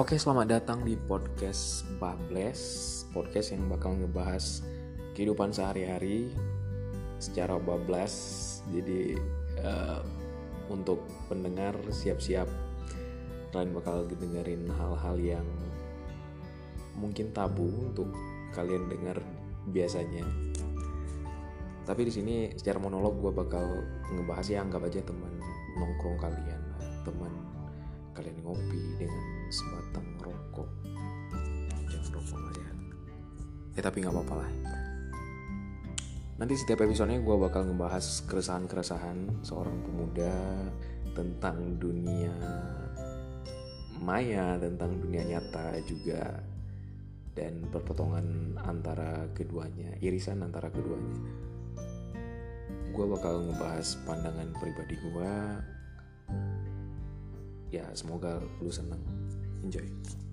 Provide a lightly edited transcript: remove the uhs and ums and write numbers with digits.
Oke, selamat datang di podcast Babbles, podcast yang bakal ngebahas kehidupan sehari-hari secara bablas. Jadi untuk pendengar siap-siap, kalian bakal dengerin hal-hal yang mungkin tabu untuk kalian dengar biasanya. Tapi di sini secara monolog gue bakal ngebahas, ya anggap aja teman nongkrong kalian, teman kalian ngopi dengan sebatang rokok. Jangan rokok kalian. Tapi nggak apa-apa lah. Nanti setiap episodenya gue bakal ngebahas keresahan-keresahan seorang pemuda tentang dunia maya, tentang dunia nyata juga, dan perpotongan antara keduanya, irisan antara keduanya. Gue bakal ngebahas pandangan pribadi gue. Ya, semoga lu seneng. Enjoy.